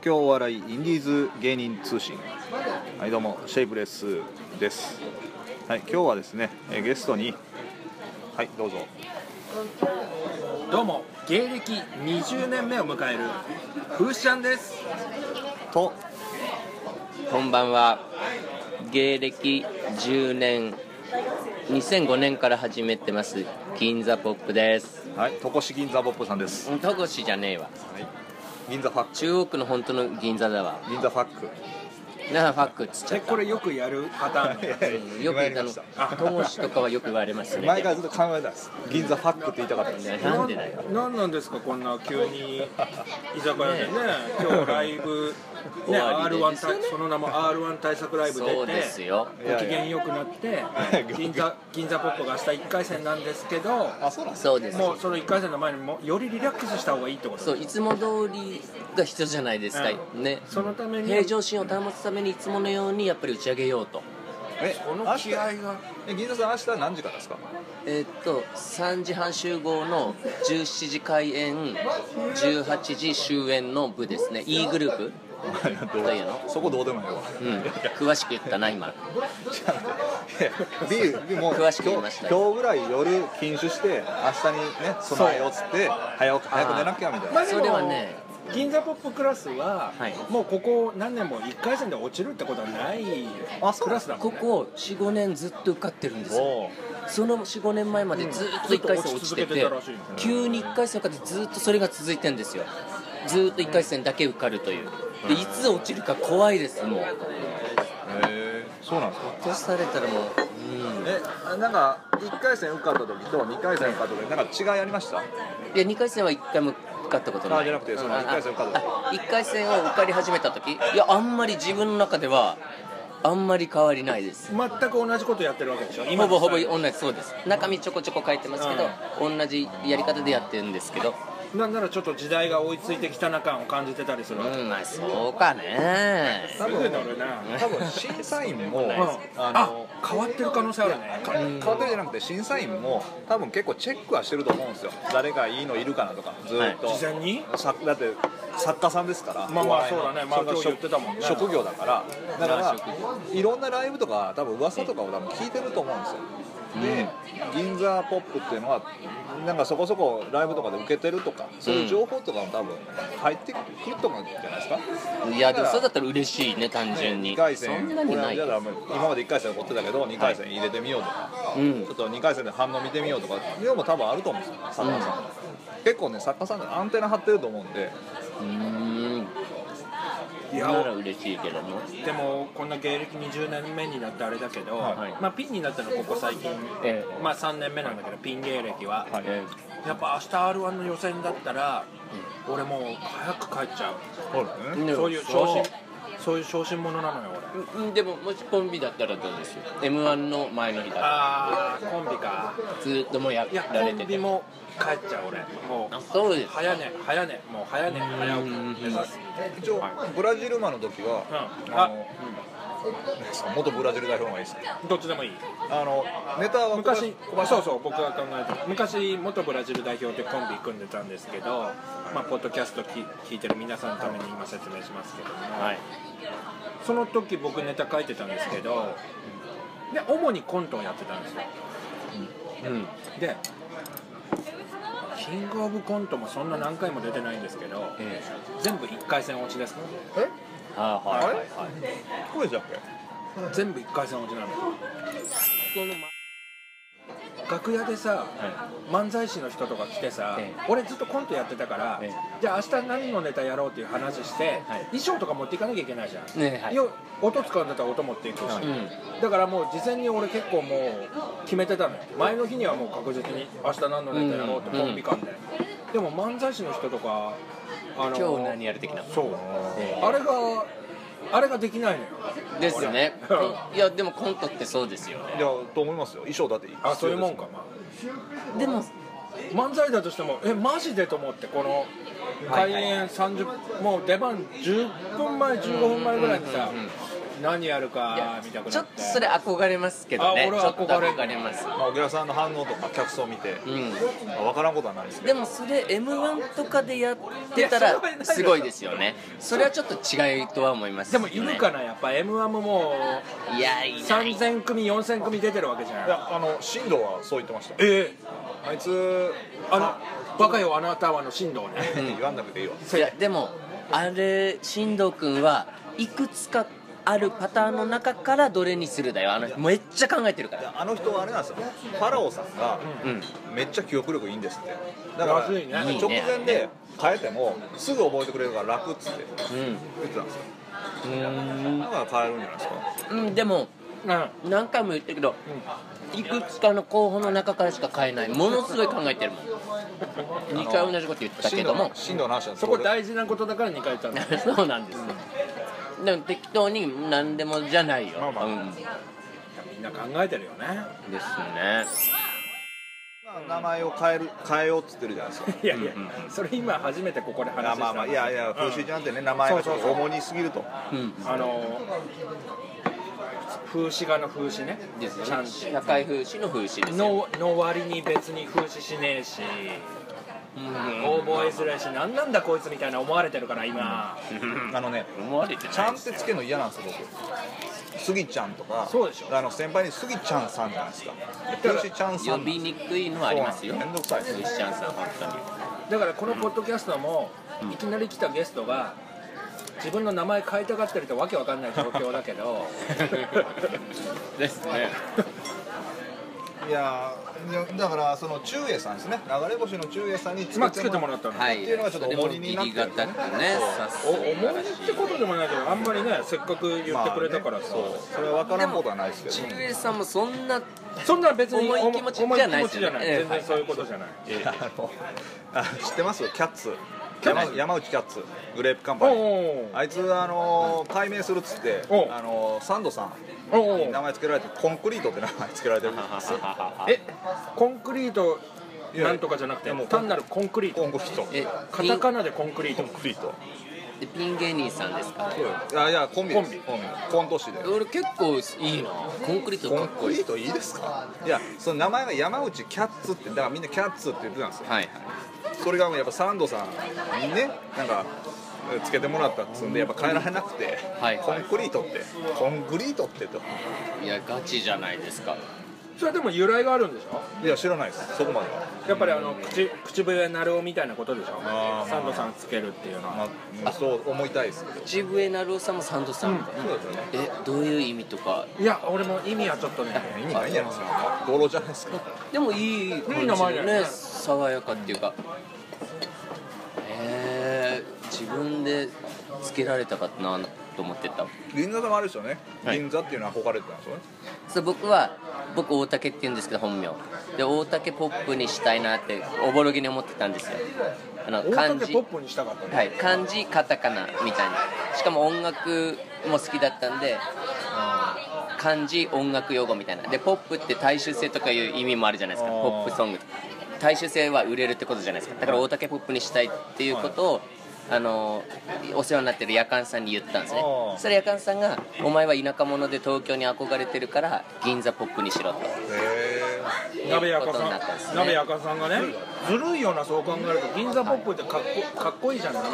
京お笑いインディーズ芸人通信。はい、どうもシェイプレスです。はい、今日はですね、ゲストに、はい、どうぞ。 どうも芸歴20年目を迎えるフーシちゃんです。 と、 こんばんは。芸歴10年2005年から始めてます銀座ポップです。 はい、戸越銀座ポップさんです。 戸越じゃねえわ、 はい、銀座ファック、 中央区の本当の銀座だわ。 銀座ファック。 なあファックっつっちゃった。 これよくやるパターン。 よく言ったの戸越とかはよく言われますね。 前からずっと考えてたんです。銀座ファックって言いたかったんです。 なんでだよ。 なんなんですかこんな急に居酒屋でね、今日ライブね、R1 対その名も R1 対策ライブ出て、 そうですよ。 ご機嫌よくなって銀座ポップが明日1回戦なんですけど、 あ、そうなんです。 そうです。 もうその1回戦の前にもよりリラックスした方がいいってこと。 そういつも通りが必要じゃないですか、ね。 そのために平常心を保つためにいつものようにやっぱり打ち上げようと。 この気合が銀座さん明日何時からですか 3時半集合の17時開演18時終演の部ですね。 E グループどうというの。 そこどうでもいいわ。 詳しく言ったな今。 ビールもう詳しく言いましたよ。 今日ぐらい夜禁酒して明日にね備えようっつって早く寝なきゃみたいな。 それはね、 銀座ポップクラスは、 はい、 もうここ何年も1回戦で落ちるってことはないクラスだもんね。 ここ 4,5 年ずっと受かってるんですよ。その 4,5 年前までずっと1回戦落ちてて、急に1回戦受かってずっとそれが続いてるんですよ。ずっと1回戦だけ受かるという。でいつ落ちるか怖いですもう。 そうなんですか。 落とされたらもう、 なんか1回戦受かった時と2回戦受かった時なんか違いありました？ いや2回戦は1回も受かったことない。 じゃなくてその1回戦受かった時。 1回戦を受かり始めた時、いやあんまり自分の中ではあんまり変わりないです。 全く同じことやってるわけでしょ。 ほぼほぼ同じ。そうです。中身ちょこちょこ書いてますけど、同じやり方でやってるんですけど、 なんならちょっと時代が追いついてきたな感を感じてたりするわけ。 まあそうかね。 多分審査員も変わってる可能性あるね。 変わってるじゃなくて審査員も多分結構チェックはしてると思うんですよ。誰がいいのいるかなとかずっと、 事前にだって作家さんですから。 まあそうだね。まあ今日言ってたもんね。 職業だからいろんなライブとか多分噂とかを多分聞いてると思うんですよ。で銀座ポップっていうのはなんかそこそこライブとかで受けてるとかそういう情報とかも多分入ってくると思うんじゃないですか。 いやでもそれだったら嬉しいね。単純に 2回戦そんなにない。 今まで1回戦起こってたけど2回戦入れてみようとか、ちょっと2回戦で反応見てみようとかいうのも多分あると思うんですよ。作家さん、結構ね作家さんアンテナ張ってると思うんで。 いやなら嬉しいけども。 でもこんな芸歴20年目になってあれだけど、まあピンになったのはここ最近、まあ3年目なんだけどピン芸歴は、やっぱ明日 R1 の予選だったら、俺もう早く帰っちゃう。そういう小心者なのよ俺。 でももしコンビだったらどうですよ。 M1 の前の日だ。 ああコンビか。 ずっともうやられてて。 コンビも帰っちゃう俺。もうそうです。 早寝もう早寝早起き目指す。 一応ブラジルマンの時は元ブラジル代表の方がいいですね。 どっちでもいい。 ネタは昔そう僕が考えた昔元ブラジル代表でコンビ組んでたんですけど、まあポッドキャスト聞いてる皆さんのために今説明しますけども、その時僕ネタ書いてたんですけど、で主にコントをやってたんですよ。でキングオブコントもそんな何回も出てないんですけど、全部1回戦落ちです。 これじゃっけ全部1回戦落ちなの。楽屋でさ、漫才師の人とか来てさ、俺ずっとコントやってたから、じゃあ明日何のネタやろうっていう話して、衣装とか持っていかなきゃいけないじゃん。音使うんだったら音持っていくし、だからもう事前に俺結構もう決めてたのよ。前の日にはもう確実に明日何のネタやろうってコンビ間で。でも漫才師の人とか今日何やる的な。 そう、あれができないのよ。 ですね。いやでもコントってそうですよね。 いやと思いますよ。衣装だっていい。 そういうもんか。 でも漫才だとしてもマジでと思って、この開演30もう出番10分前15分前ぐらいにさ、 何やるか見たくなって。 ちょっとそれ憧れますけどね。 俺はちょっと憧れ憧れます。 お客さんの反応とか客層を見て、分からんことはないですけど。 でもそれ M1 とかでやってたらすごいですよね。それはちょっと違いとは思いますでよね。 もいるかな、やっぱ M1 ももういやいない。 3000組4000組出てるわけじゃない。 いや進藤はそう言ってました。あいつバカよあなたはの進藤ね。 言わんなくていいわ。 いやでもあれ進藤君はいくつかあるパターンの中からどれにするだよ。めっちゃ考えてるから。 あの人はあれなんですよ、ファラオさんがめっちゃ記憶力いいんですって。だからいいね直前で変えてもすぐ覚えてくれるから楽っつって言ってたんですよ。だから変えるんじゃないですか。 でも何回も言ってるけど、いくつかの候補の中からしか変えない。ものすごい考えてるもん。2回同じこと言ったけども、 進藤の話なんです。 そこ大事なことだから2回言ったんだ。 そうなんです。でも適当に何でもじゃないよ。 みんな考えてるよね。 ですね。 名前を変えようっつってるじゃないですか。 いやいや、それ今初めてここで話した。 いや風刺ちゃんってね、名前が重にすぎると。 風刺画の風刺ね。 ちゃんと社会風刺の風刺ですよ。の割に別に風刺しねえし、覚えづらいし、なんなんだこいつみたいな思われてるから今。 思われてない。 ちゃんってつけるの嫌なんですよ僕。スギちゃんとか。 そうでしょ。 先輩にスギちゃんさんじゃないですか。風刺ちゃんさん。 呼びにくいのはありますよ。 めんどくさい。 風刺ちゃんさん本当に。 だからこのポッドキャストもいきなり来たゲストが自分の名前変えたがってるとわけわかんない状況だけどですね。 いやだからその中英さんですね、流れ星の中英さんにつけてもらったの、っていうのがちょっと重荷になってるんですね。 重荷ってことでもないけど、あんまりねせっかく言ってくれたからさ、 それは分からんことはないですけど、 中英さんもそんな別に重い気持ちじゃないですよね。 全然そういうことじゃない。 知ってます？キャッツ、山内キャッツ、グレープカンパニー。あいつ改名するっつってサンドさんに名前付けられて、コンクリートって名前付けられてるんですよ。 コンクリートなんとかじゃなくて単なるコンクリート。カタカナでコンクリート。 でピン芸人さんですか？ いやコンビコント師で。 俺結構いいな。コンクリートかっこいい。 コンクリートいいですか？いやその名前が山内キャッツって、だからみんなキャッツって言ってたんですよ。それがやっぱサンドさんにね、なんかつけてもらったっつうんでやっぱ変えられなくて、コンクリートってと。 いやガチじゃないですか。 それでも由来があるんでしょ？ いや知らないです、そこまでは。 やっぱり口笛なるおみたいなことでしょ？サンドさんつけるっていうのは。 そう思いたいですけど。 口笛なるおさんもサンドさん。 そうですよね。 どういう意味とか？ いや俺も意味はちょっとね。 意味ないじゃないですか。道路じゃないですか。 でもいい感じのね、爽やかっていうか。自分でつけられたかなと思ってた。 銀座もあるですよね。銀座っていうのは憧れてたんですよね。 そう僕大竹って言うんですけど本名で、大竹ポップにしたいなっておぼろげに思ってたんですよ。 大竹ポップにしたかったね。 漢字カタカナみたいな。しかも音楽も好きだったんで、漢字音楽用語みたいなで、ポップって大衆性とかいう意味もあるじゃないですか。ポップソング大衆性は売れるってことじゃないですか。だから大竹ポップにしたいっていうことをお世話になってる夜間さんに言ったんですね。そしたら夜間さんが「お前は田舎者で東京に憧れてるから銀座ポップにしろ」と鍋やかさんがね、ずるいよな、そう考えると銀座ポップってかっこいいじゃない。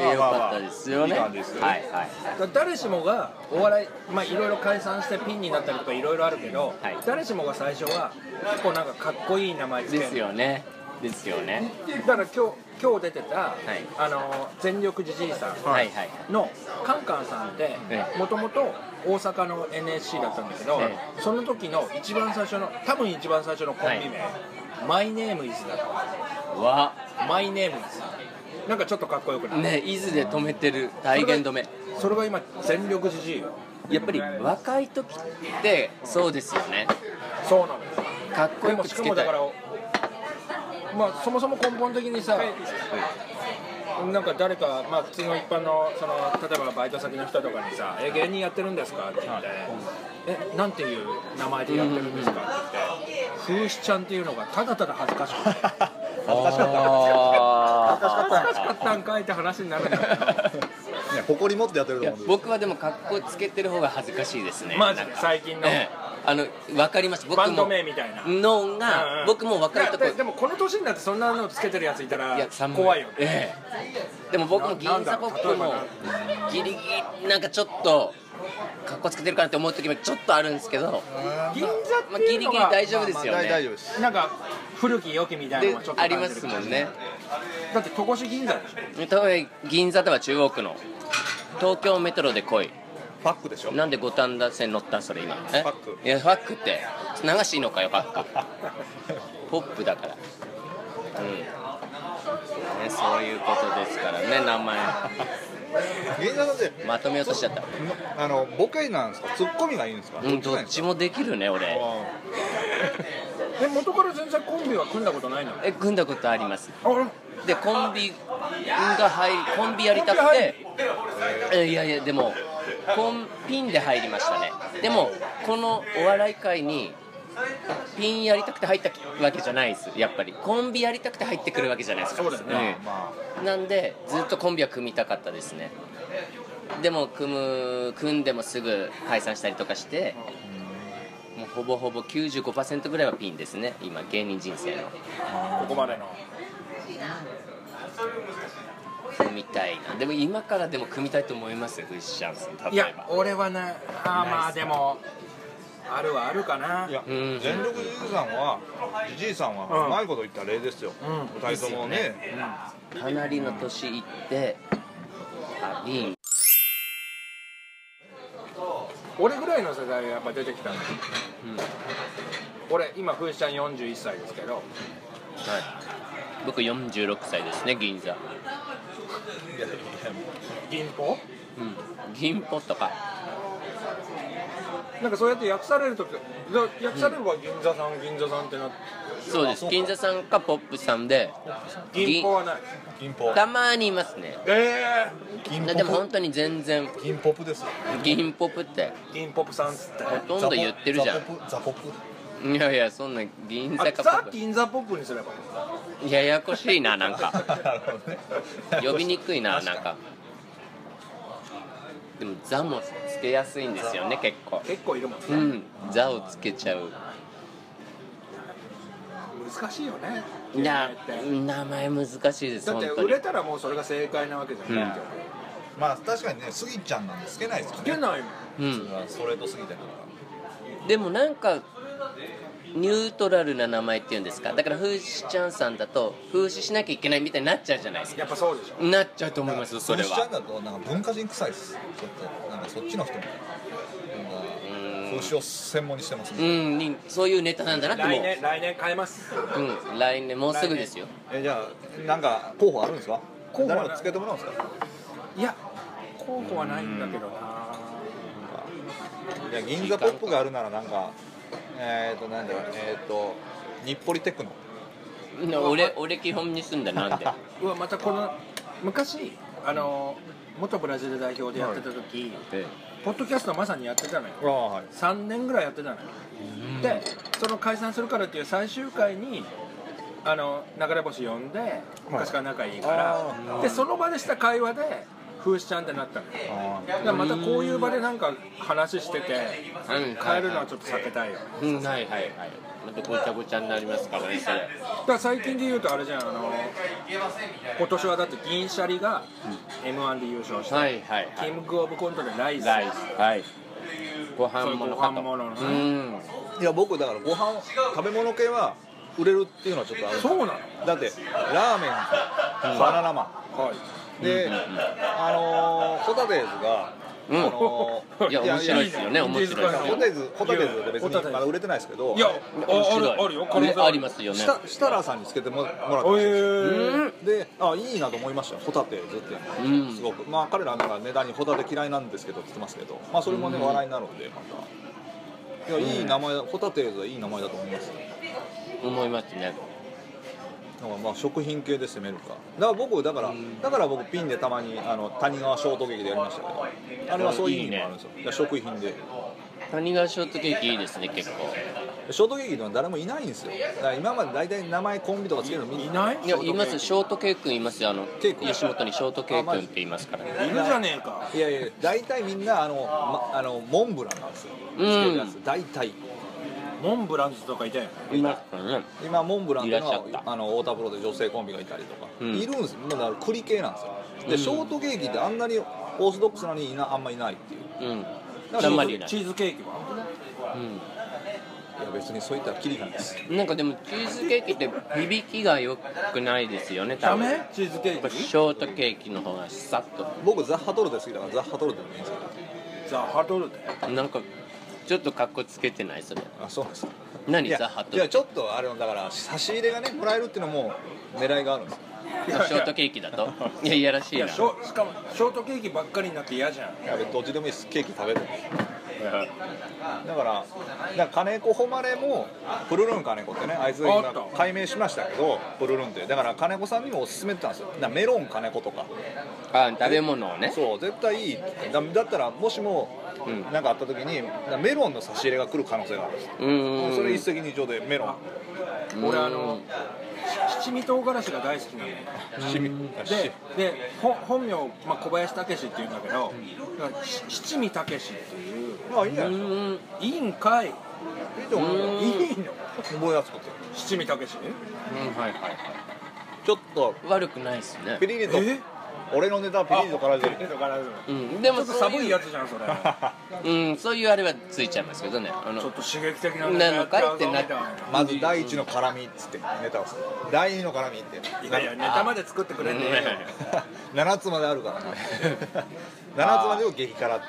よかったですよね。 誰しもがお笑い、いろいろ解散してピンになったりとかいろいろあるけど、誰しもが最初は結構なんかかっこいい名前つけるですよね。 だから今日出てた、全力じじいさんのカンカンさんってもともと大阪の NSC だったんだけど、その時の多分一番最初のコンビ名マイネームイズだったマイネームイズなんかちょっとかっこよくないね。イズで止めてる体言止め。 それが今全力じじいよ。 やっぱり若い時ってそうですよね。 そうなのよ。 かっこよくつけたい。 そもそも根本的にさ、なんか誰か、普通の一般の例えばバイト先の人とかにさ「芸人やってるんですか?」って言って「なんていう名前でやってるんですか?」って言って「風刺ちゃん」っていうのがただただ恥ずかしかった。恥ずかしかったんかいって話になるんだよ。 風誇り持ってやってると思うんです。 僕はでも格好つけてる方が恥ずかしいですね。 マジで最近の分かりました。僕もバンド名みたいなのが、僕も若いとこでもこの年になってそんなのつけてるやついたら怖いよね。 でも僕も銀座ポップもギリギリなんかちょっとかっこつけてるかなって思う時もちょっとあるんですけど、 銀座っていうのがギリギリ大丈夫ですよね。 大丈夫です。 なんか古き良きみたいなのがちょっとありますもんね。 だって戸越銀座でしょ。銀座とは中央区の東京メトロで来い。 ファックでしょ。 なんで五反田線乗ったんそれ今。ファック。 いやファックって流していいのかよファック。ポップだから。ね、そういうことですからね、名前。 銀座でまとめようとしちゃった。 ボケなんですか、ツッコミがいいんですか。 どっちもできるね俺。 元から全然コンビは組んだことないの？ 組んだことあります。でコンビやりたくて、いやでもピンで入りましたね。でもこのお笑い界にピンやりたくて入ったわけじゃないです。やっぱりコンビやりたくて入ってくるわけじゃないですか。 そうですね。 なんでずっとコンビは組みたかったですね。でも組んでもすぐ解散したりとかして、もうほぼほぼ 95% ぐらいはピンですね今芸人人生の。 ここまでの組みたいな。でも今からでも組みたいと思いますよ、フィッシャーズン。例えばいや俺はね、まあでもあるはあるかな。 いや、全力じじさんはじじいさんはうまいこと言った例ですよ。二人ともね、 かなりの年いってピン。 俺ぐらいの世代がやっぱ出てきたんだ、俺今ふーしちゃん41歳ですけど、 僕46歳ですね銀座。 銀ポ？ 銀ポとかなんかそうやって訳されると訳されれば銀座さんってなって。 そうです。銀座さんかポップさんで、 銀ポはない。 銀ポたまにいますね。 銀ポでも本当に全然銀ポプです。 銀ポプって銀ポプさんっつってほとんど言ってるじゃん。 ザポプ。 いやそんな銀座かポザップ銀座ポップにすればややこしいな、なんか呼びにくいな、なんか。でもザもつけやすいんですよね、結構いるもんね。 ザをつけちゃう。 難しいよね。 いや名前難しいです。 だって売れたらもうそれが正解なわけじゃないけど、 まあ確かにね、スギちゃんなんでつけないですよね。 つけないもん。 ストレートすぎたから。 でもなんかニュートラルな名前っていうんですか。だから風刺ちゃんさんだと風刺しなきゃいけないみたいになっちゃうじゃないですか。 やっぱそうでしょ。 なっちゃうと思いますそれは。 風刺ちゃんだとなんか文化人臭いです。ちょっとなんかそっちの人も風刺を専門にしてますね。 そういうネタなんだなって。 来年変えます。 来年もうすぐですよ。 じゃあなんか候補あるんですか。誰もつけてもらうんですか。 いや候補はないんだけどな。 いや銀座ポップがあるならなんかなんだろう日暮里テクノ。 俺基本に住んだなんでまたこの昔元ブラジル代表でやってた時、ポッドキャストまさにやってたのよ。3年ぐらいやってたのよ。でその解散するからっていう最終回に流れ星呼んで昔から仲いいからでその場でした会話で風刺ちゃんってなったのよ。だからまたこういう場でなんか話してて変えるのはちょっと避けたいよ。 はいまたごちゃごちゃになりますからねそれ。 だから最近で言うとあれじゃん、今年はだって銀シャリが M1 で優勝して、キングオブコントでライス、ご飯物のいや僕だからご飯食べ物系は売れるっていうのはちょっとある。 そうなの。 だってラーメンバナナマンでホタテーズがいや面白いですよね。面白いですよ。 ホタテーズ別にまだ売れてないですけど、 いやあるよ。 ありますよね。 設楽さんにつけてもらったんですよ。でいいなと思いましたよ、ホタテーズっていうのはすごく。まあ彼らなんか値段にホタテ嫌いなんですけどって言ってますけど、まあそれもね笑いになるんでまた。いやいい名前、ホタテーズはいい名前だと思います。 思いますね。 まあ食品系で攻めるか。だから僕ピンでたまに谷川ショートケーキでやりましたけど、あれはそういう意味もあるんですよ。いや食品で。 谷川ショートケーキいいですね結構。 ショートケーキの誰もいないんですよ。だから今まで大体名前コンビとかつけるのいない？ いやいます。ショートケーキ君いますよ。 ケーキ吉本にショートケーキ君って言いますからね。 いるじゃねえか。 いやいや大体みんなモンブランなんですよ。つけるやつ大体。 モンブランズとかいたよね。 いますからね。 今モンブランっていうのいらっしゃったは太田プロで女性コンビがいたりとか、いるんですよ。だから栗系なんですよ。でショートケーキってあんなにオーソドックスなのにあんまりいないっていう。 あんまりいない。 チーズケーキは？ いや別にそういったらキリがないです。 なんかでもチーズケーキって響きが良くないですよね。 ダメ？チーズケーキ？ ショートケーキの方がさっと。 僕ザッハトルテ好きだからザッハトルテでもいいんですよ。 ザ・ハトルテ。 なんかちょっとカッコつけてないそれ。 あそうなんですか。 何いやザハトルテ？ いやちょっとあれだから差し入れがねもらえるっていうのも狙いがあるんですよ。 ショートケーキだといやいやらしいな。 しかもショートケーキばっかりになって嫌じゃん。 いやどっちでもいいです。ケーキ食べる。だから金子誉れもプルルン金子ってねあいつ今改名しましたけどプルルンってだから金子さんにもおすすめってたんですよ。だからメロン金子とか食べ物をね。 そう絶対いいってだったらもしも何かあった時にメロンの差し入れが来る可能性があるんですよ。それ一石二鳥でメロン。 俺七味唐辛子が大好きなの。 七味で本名、小林武史って言うんだけど、七味武史っていう。 いいんじゃないですか。 いいんかい。いいと思う。いいの。 覚えやすくて。 七味武史。 はいはいはい。 ちょっと悪くないですね。 ピリリと。俺のネタはピリリと辛い。 でもちょっと寒いやつじゃんそれ。 そういうあれはついちゃいますけどね。 ちょっと刺激的ななのかいってなって。 まず第一の辛みっつってネタをする。第二の辛みって。 いやネタまで作ってくれんね 7つまであるからね。7つまでを激辛って。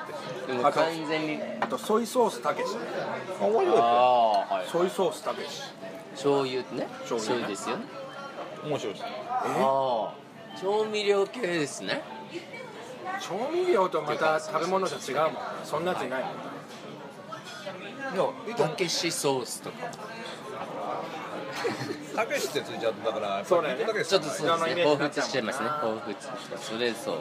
完全に。 あとソイソースたけし。 面白いですよ。 ソイソースたけし。 醤油ね。醤油ですよね。 面白いです。 調味料系ですね。 調味料とまた食べ物じゃ違うもん。そんなやついないもん。 たけしソースとか。 たけしってついちゃうだからそうね。 ちょっとそうですね。彷彿しちゃいますね。彷彿。それそう。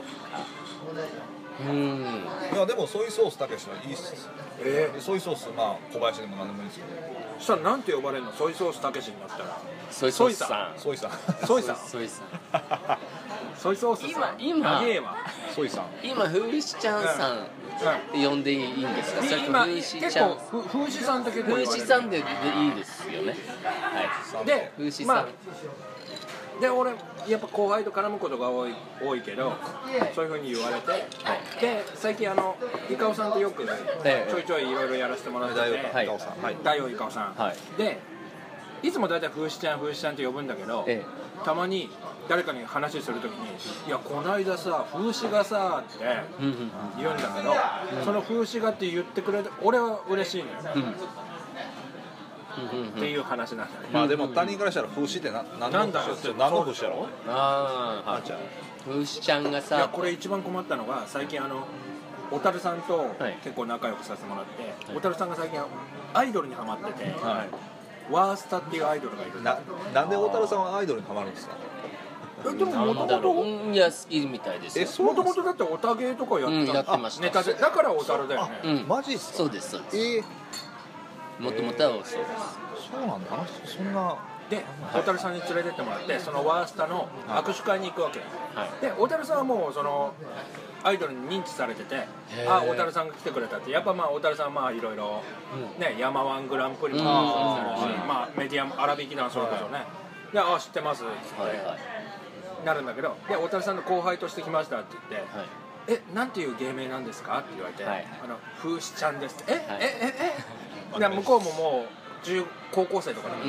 いやでもソイソースたけしはいいっす。ソイソース小林でも何でもいいですけど。 そしたらなんて呼ばれるの？ソイソースたけしになったら。 ソイソースさん。 ソイさん。 ソイさん。 ソイさん。 ソイソースさん。 今ソイさん。 今風刺ちゃんさんって呼んでいいんですか？ 今結構風刺さんって結構風刺さんでいいですよね。はい。 で風刺さん。 で俺やっぱ後輩と絡むことが多いけどそういう風に言われて、で最近イカオさんとよくちょいちょいいろいろやらせてもらってて、大王イカオさん、でいつも大体風刺ちゃんって呼ぶんだけど、たまに誰かに話するときに「いやこの間さ風刺がさ」って言うんだけど、その風刺がって言ってくれて俺は嬉しいのよ。っていう話なんだね。 でも他人からしたら風刺って何の風刺やろ？ 風刺ちゃんがさ。 いやこれ一番困ったのが最近小樽さんと結構仲良くさせてもらって、小樽さんが最近アイドルにハマってて、ワースタっていうアイドルがいる。 なんで小樽さんはアイドルにハマるんですか？ でももともといや好きみたいですよ。 もともとだってオタ芸とかやってました。ネタでだから小樽だよね。 マジっすか？ そうですそうです。もともとはそうです。 そうなんだ。そんな。 で小樽さんに連れてってもらってそのワースタの握手会に行くわけ。で小樽さんはもうそのアイドルに認知されてて、小樽さんが来てくれたって。やっぱ小樽さんはいろいろねヤマワングランプリもしてるし、メディアも荒引き団それこそね。で知ってますってなるんだけど、で小樽さんの後輩として来ましたって言って、なんていう芸名なんですかって言われて、風刺ちゃんですって。向こうももう高校生とかだから、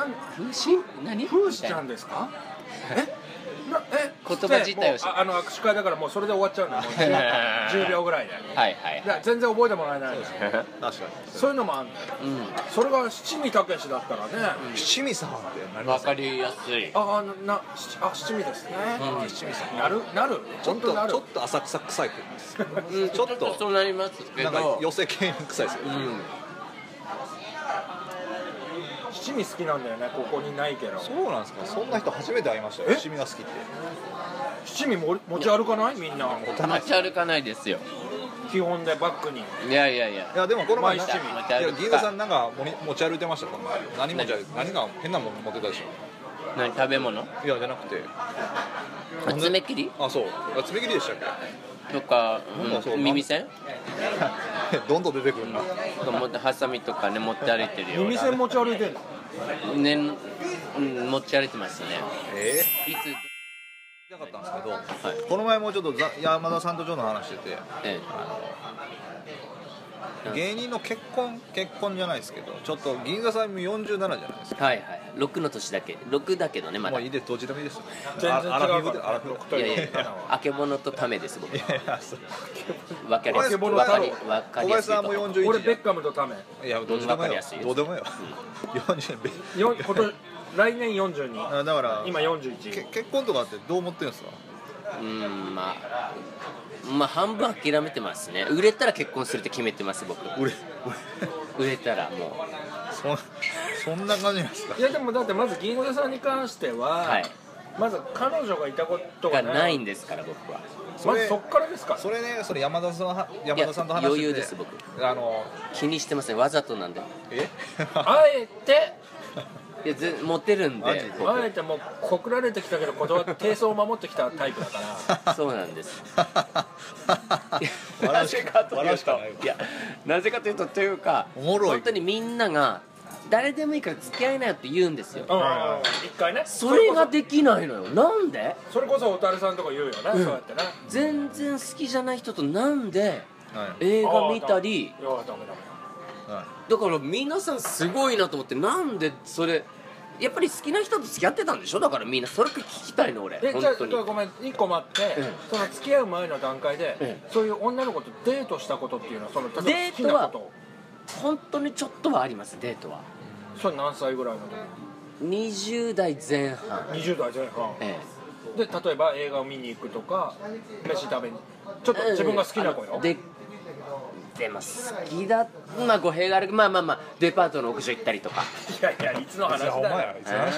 風刺？何？ 風刺ちゃんですか？ 言葉自体を握手会だからもうそれで終わっちゃうんだよ。10秒ぐらいで。全然覚えてもらえない。 確かに。 そういうのもあるんだよ。それが七味武史だったらね。 七味さんってわかりやすい。 七味ですね。 七味さん。 なる。 ちょっと浅草臭いけど。 ちょっとそうなりますけど。 なんか寄せ系に臭いですよ。 七味好きなんだよね。ここにないけど。 そうなんですか。そんな人初めて会いましたよ。七味が好きって。 七味持ち歩かない？みんな持ち歩かないですよ。 基本でバッグに。 いやでもこの前毎日銀座さんなんか持ち歩いてました。何が変なもの持ってたでしょ。 何食べ物？ いやじゃなくて爪切り？ あ、そう爪切りでしたっけとか、耳栓？ どんどん出てくるな。 ハサミとかね持って歩いてるよ。 耳栓持ち歩いてんの？ ね、持ち歩いてますね。いつなかったんですけど、この前もちょっと山田さんとちょっと話してて、芸人の結婚じゃないですけど、ちょっと銀座さんも47じゃないですか。 6の年だけ6だけどねまだ。 もういいです、どっちでもいいです。 全然違うから。 いやあけぼのとためです僕。 いやわかりやすい。 小林さんも41。 俺ベッカムとため。 いやどっちでもいいよ。どうでもいいよ。 来年42。 だから今41。 結婚とかってどう思ってるんですか？ まあ半分諦めてますね。売れたら結婚するって決めてます僕。売れたらもうそんな感じなんですか？ いやでもだってまず銀座さんに関しては、まず彼女がいたことがないんですから僕は。 まずそっからですか？ それ山田さんと話してて余裕です僕。気にしてません、わざとなんで。 あえていやモテるんで。 あえてもう告られてきたけど低層を守ってきたタイプだからそうなんですなぜかというとというか本当にみんなが誰でもいいから付き合いなよって言うんですよ。 一回ね。 それができないのよ。なんで？ それこそ小樽さんとか言うよね、そうやってね。 全然好きじゃない人となんで映画見たり。だから皆さんすごいなと思って、なんでそれやっぱり好きな人と付き合ってたんでしょ。だからみんなそれ聞きたいの俺。 じゃあごめん1個待って、その付き合う前の段階で、そういう女の子とデートしたことっていうのはデートは本当にちょっとはあります。デートはそれ何歳ぐらいの時 ？20代前半。 20代前半、で例えば映画を見に行くとか飯食べにちょっと自分が好きな子よ。 でも好きだ語弊がある。まあデパートの屋上行ったりとか。 いやいつの話だよ。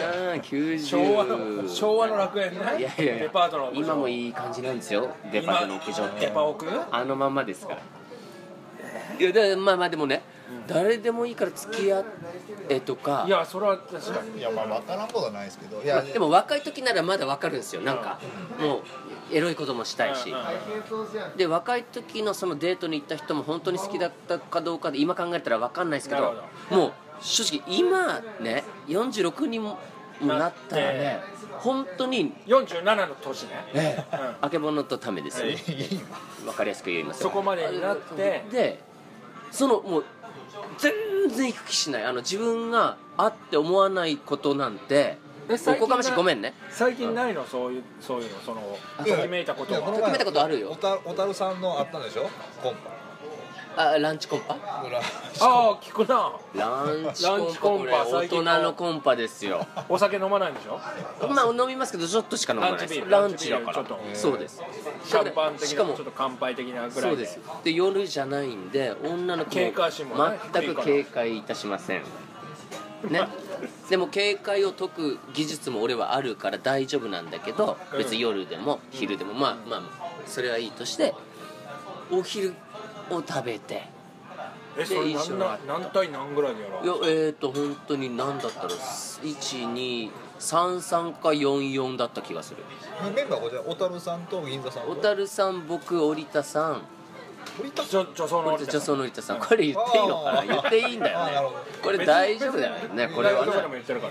90 昭和の楽園ね。 いやデパートの屋上今もいい感じなんですよ。デパートの屋上ってデパオクあのまんまですから。いやでもね、誰でもいいから付き合えとか。 いやそれは確かに。 いや分からんことはないですけど。 でも若い時ならまだ分かるんですよ。なんかもうエロいこともしたいし。で若い時のそのデートに行った人も本当に好きだったかどうかで今考えたら分かんないですけど、もう正直今ね46にもなったらね、本当に 47の年ね。 あけぼのとためですよ。分かりやすく言いますよ。 そこまでになってでもう全然行く気しない。自分があって思わないことなんておこがましい。ごめんね。 最近ないのそういうのときめいたことは。 ときめいたことあるよ。 小樽さんのあったんでしょ、コンランチコンパ。 聞くな。 ランチコンパ大人のコンパですよ。 お酒飲まないんでしょ？ まあ飲みますけどちょっとしか飲まないです。ランチだから。そうです。 シャンパン的なちょっと乾杯的なぐらいで。 そうです。で夜じゃないんで女の子も全く警戒いたしませんね。でも警戒を解く技術も俺はあるから大丈夫なんだけど、別に夜でも昼でもまあそれはいいとして、お昼を食べて。 それ何対何ぐらいでやろう？ いや本当に何だったら1233か44だった気がする。 メンバーはこちら小樽さんと銀座さん。 小樽さん、僕、織田さん、 女装の織田さん。これ言っていいのかな？言っていいんだよね。これ大丈夫だよね。これはね。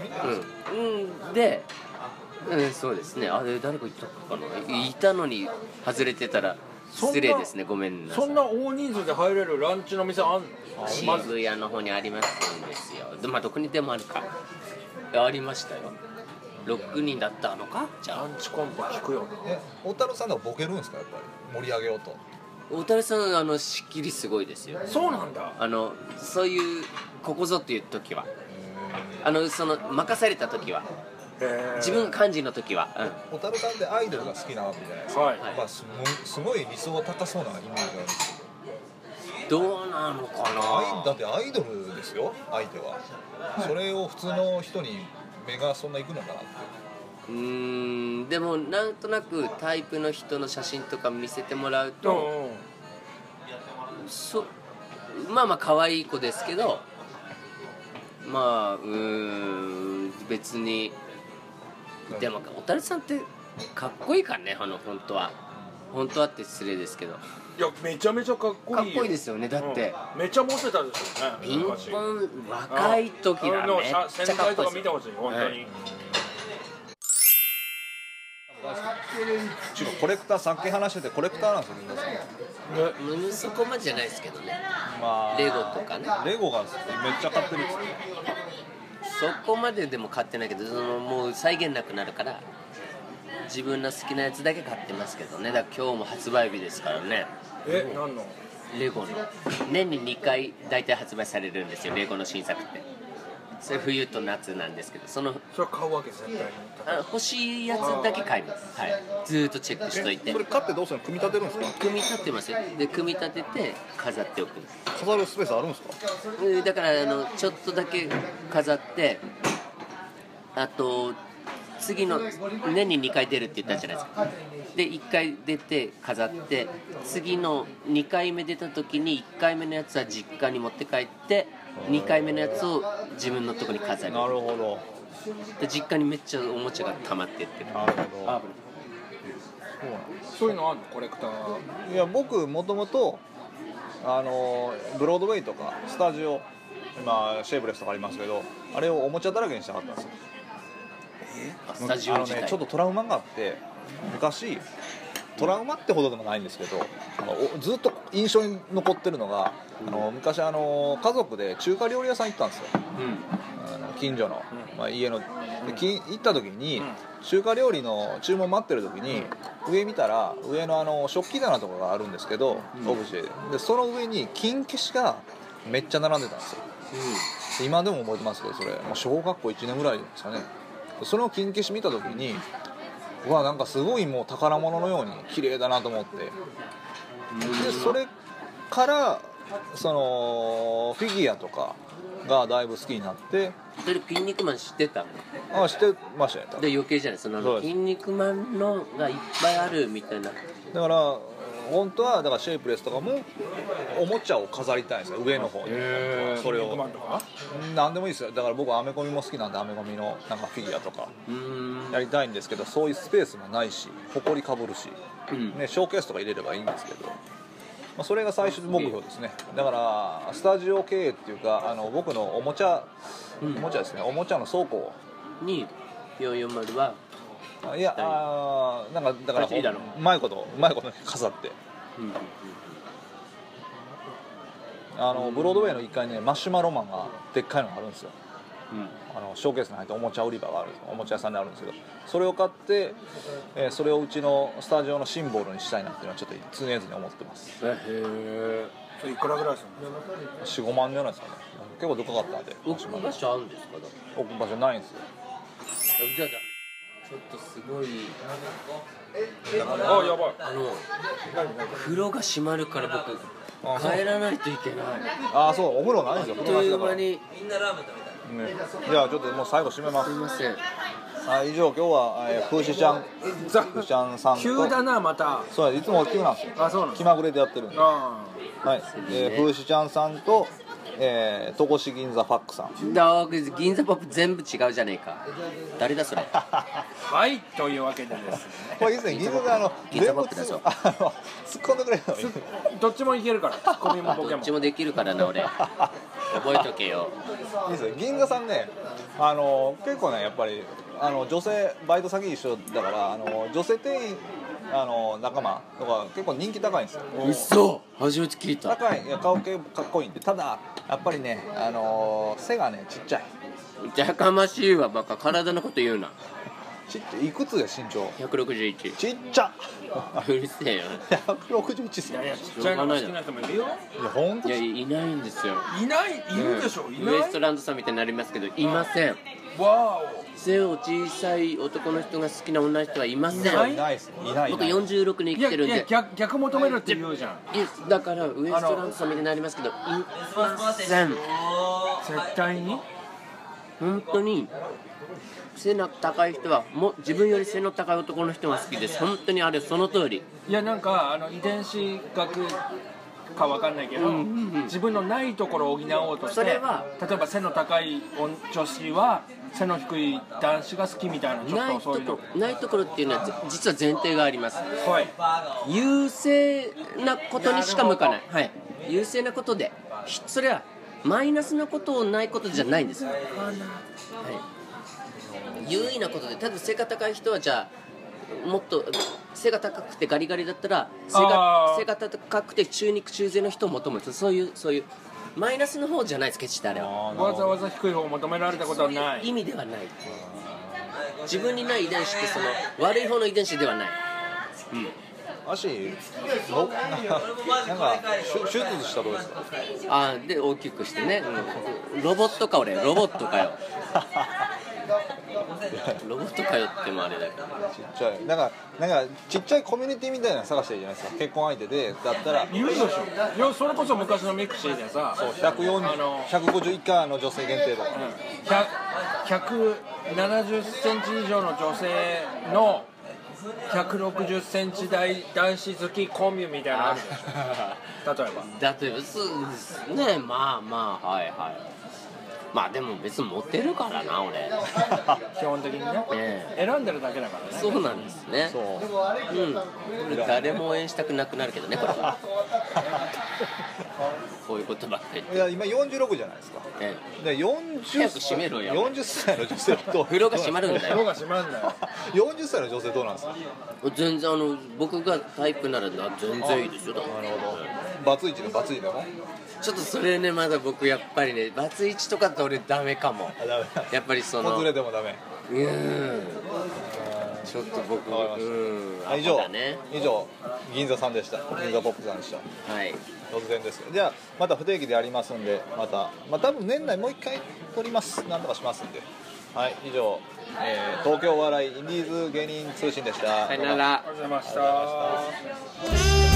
で、そうですね。あれ誰か言ったかな？いたのに外れてたら失礼ですね。ごめんなさい。 そんな大人数で入れるランチの店あんの？ 渋谷の方にありますんですよ。まあどこにでもあるか。ありましたよ。6人だったのか？じゃあランチコンパ聞くよ。 小樽さんはボケるんですか？やっぱり盛り上げようと。 小樽さん仕切りすごいですよ。 そうなんだ。 そういうここぞっていう時はその任された時は、自分が幹事の時は、 小樽さんってアイドルが好きなわけじゃないですか。まあすごい理想が高そうなイメージがあるんですけど、どうなのかな。 だってアイドルですよ、相手は。それを普通の人に目がそんな行くのかなって。 でもなんとなくタイプの人の写真とか見せてもらうと、 まあまあ可愛い子ですけど、まあ別に。でも小樽さんってかっこいいからね、本当はって失礼ですけど。 いやめちゃめちゃかっこいいよ。 かっこいいですよね。だって、 めっちゃモテたですよね。 ピンポン若い時はめっちゃかっこいいですよ。 先輩とか見てほしい本当に。 コレクター、さっき話しててコレクターなんですよ皆さん。 そこまでじゃないですけどね、 まあ、 レゴとかね。 レゴがめっちゃ買ってるっつって。 そこまででも買ってないけど、もう再現なくなるから自分の好きなやつだけ買ってますけどね。だから今日も発売日ですからね。 何の？ レゴの年に2回大体発売されるんですよ、レゴの新作って。それ冬と夏なんですけど、それ買うわけ絶対に。 欲しいやつだけ買います。はい、ずーっとチェックしといて。 それ買ってどうするの？組み立てるんですか？ 組み立てますよ。で組み立てて飾っておくんです。 飾るスペースあるんですか？ だからちょっとだけ飾って、あと次の年に2回出るって言ったじゃないですか。で1回出て飾って、次の2回目出た時に1回目のやつは実家に持って帰って、2回目のやつを自分のとこに飾る。 なるほど。 で実家にめっちゃおもちゃが溜まってってる。 なるほど。 そういうのあるの？コレクター。 いや僕もともとブロードウェイとかスタジオ、今シェイブレスとかありますけど、あれをおもちゃだらけにしたかったんですよ。 スタジオ自体ちょっとトラウマがあって、昔トラウマってほどでもないんですけど、ずっと印象に残ってるのが、昔家族で中華料理屋さん行ったんですよ、近所の、家ので行った時に、中華料理の注文待ってる時に上見たら、上の食器棚とかがあるんですけど、オブジェでその上に金消しがめっちゃ並んでたんですよ、今でも覚えてますけど、それもう小学校1年ぐらいですかね。その金消し見た時に、うわなんかすごいもう宝物のように綺麗だなと思って、でそれからそのフィギュアとかがだいぶ好きになって。 それ筋肉マン知ってたの？知ってましたよ。 で余計じゃない、筋肉マンのがいっぱいあるみたいな。 だから本当はだからシェイプレスとかもおもちゃを飾りたいんですよ、上の方に。それを何でもいいですよ。だから僕はアメコミも好きなんで、アメコミのなんかフィギュアとかやりたいんですけど、そういうスペースもないし、埃かぶるし、ね、ショーケースとか入れればいいんですけど、それが最終目標ですね。だからスタジオ経営っていうか、僕のおもちゃですね、おもちゃの倉庫に440は、 いやなんかだからうまいこと飾って、ブロードウェイの1階にね、マシュマロマンがでっかいのがあるんですよ、ショーケースに入っておもちゃ売り場がある、おもちゃ屋さんにあるんですけど、それを買って、それをうちのスタジオのシンボルにしたいなっていうのはちょっと常々思ってます。 それいくらぐらいするの？ 4,5 万じゃないですかね。結構でかかったんで。 置く場所あるんですか？ 置く場所ないんですよ。 じゃあちょっとすごい、 やばい、 風呂が閉まるから僕帰らないといけない。 そう、お風呂ないんですよ。 あっという間に。 じゃあちょっともう最後締めます。 すいません。 以上、今日は風刺ちゃんさんと。 急だな、また。 そう、いつも急なんですよ。気まぐれでやってるんで。はい、風刺ちゃんさんと戸越銀座ファックさん。 銀座ポップ全部違うじゃねえか。誰だそれ。 はい、というわけでですね。 これいいですね、銀座で銀座ポップだぞ。 突っ込んでくれるのに。 どっちもいけるから、ツッコミもボケも。 どっちもできるからな、俺。覚えとけよ。 いいですよ、銀座さんね、結構ね、やっぱり女性バイト先一緒だから、女性店員仲間とか結構人気高いんですよ。 嘘、初めて聞いた。 高い、いや顔系かっこいいんで、ただやっぱりね、背がねちっちゃい。 じゃかましいわ、バカ。体のこと言うな。 いくつで身長 ？161。 ちっちゃ。 うるせえよ。 161っすよ。 いや、ちっちゃいの好きな人もいるよ。 いや、ほんと。 いや、いないんですよ。 いるでしょ。いない。 ウエストランドさんみたいになりますけど、いません。 わ背を小さい男の人が好きな女の人はいません。 いないっす。いない。 僕46年生きてるんで。 逆求めるって言うじゃん。 だからウエストランドさんみたいになりますけど、いません。 絶対に。 本当に背の高い人はもう自分より背の高い男の人が好きです。本当にあれその通り。 いや、なんか遺伝子学かわかんないけど、自分のないところを補おうとして、 それは例えば背の高い女子は背の低い男子が好きみたいな、ちょっとそういうのないところっていうのは実は前提があります。 はい、 優勢なことにしか向かない、はい、優勢なことで、それはマイナスなことをないことじゃないんです、はい、優位なことで、例えば背が高い人はじゃあもっと背が高くてガリガリだったら背が高くて中肉中背の人を求める、そういうマイナスの方じゃないです、決してあれは。 わざわざ低い方を求められたことはない、 意味ではない。自分にない遺伝子ってその悪い方の遺伝子ではない。 足なんか手術したとですか？ で大きくしてね、ロボットか、俺ロボットかよロボットかよってもあれだけど、 ちっちゃいなんかちっちゃいコミュニティみたいなの探してるじゃないですか。結婚相手でだったらいるでしょ。いやそれこそ昔のミクシーでさ、 150以下の女性限定とか、 170センチ以上の女性の160センチ台男子好きコミュみたいなのあるでしょ例えばそうですね。まあはいはい。まあでも別にモテるからな俺基本的にね、選んでるだけだからね。 そうなんですね。誰も応援したくなくなるけどね、これはこういうことばっかり。 いや今46じゃないですか。で早く閉めろよ。 40歳の女性と風呂が閉まるんだよ。 風呂が閉まるんだよ。 40歳の女性どうなんですか？ 全然僕がタイプなら全然いいですよ。なるほど。バツイチでもちょっとそれね、まだ僕やっぱりねバツイチとかって俺ダメかも。やっぱりその子連れでもダメ。 ちょっと僕以上銀座さんでした。銀座ポップさんでした。 はい、 突然です。じゃあまた不定期でやりますんで、まあ多分年内もう一回撮ります。なんとかしますんで。はい、以上、東京お笑いインディーズ芸人通信でした。 さよなら。 ありがとうございました。